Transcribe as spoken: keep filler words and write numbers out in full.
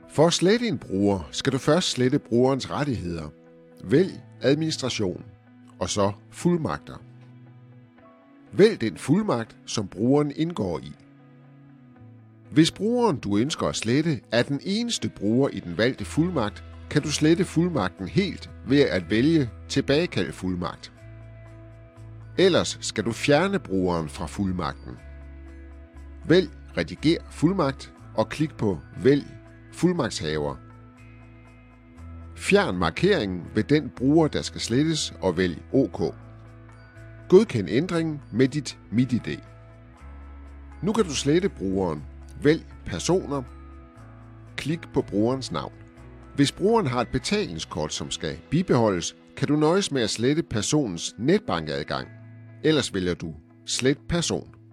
For at slette en bruger, skal du først slette brugerens rettigheder. Vælg administration, og så fuldmagter. Vælg den fuldmagt, som brugeren indgår i. Hvis brugeren, du ønsker at slette, er den eneste bruger i den valgte fuldmagt, kan du slette fuldmagten helt ved at vælge tilbagekald fuldmagt. Ellers skal du fjerne brugeren fra fuldmagten. Vælg Rediger fuldmagt og klik på Vælg fuldmagtshaver. Fjern markeringen ved den bruger, der skal slettes, og vælg OK. Godkend ændringen med dit MitID. Nu kan du slette brugeren. Vælg Personer. Klik på brugerens navn. Hvis brugeren har et betalingskort, som skal bibeholdes, kan du nøjes med at slette personens netbankadgang. Ellers vælger du Slet person.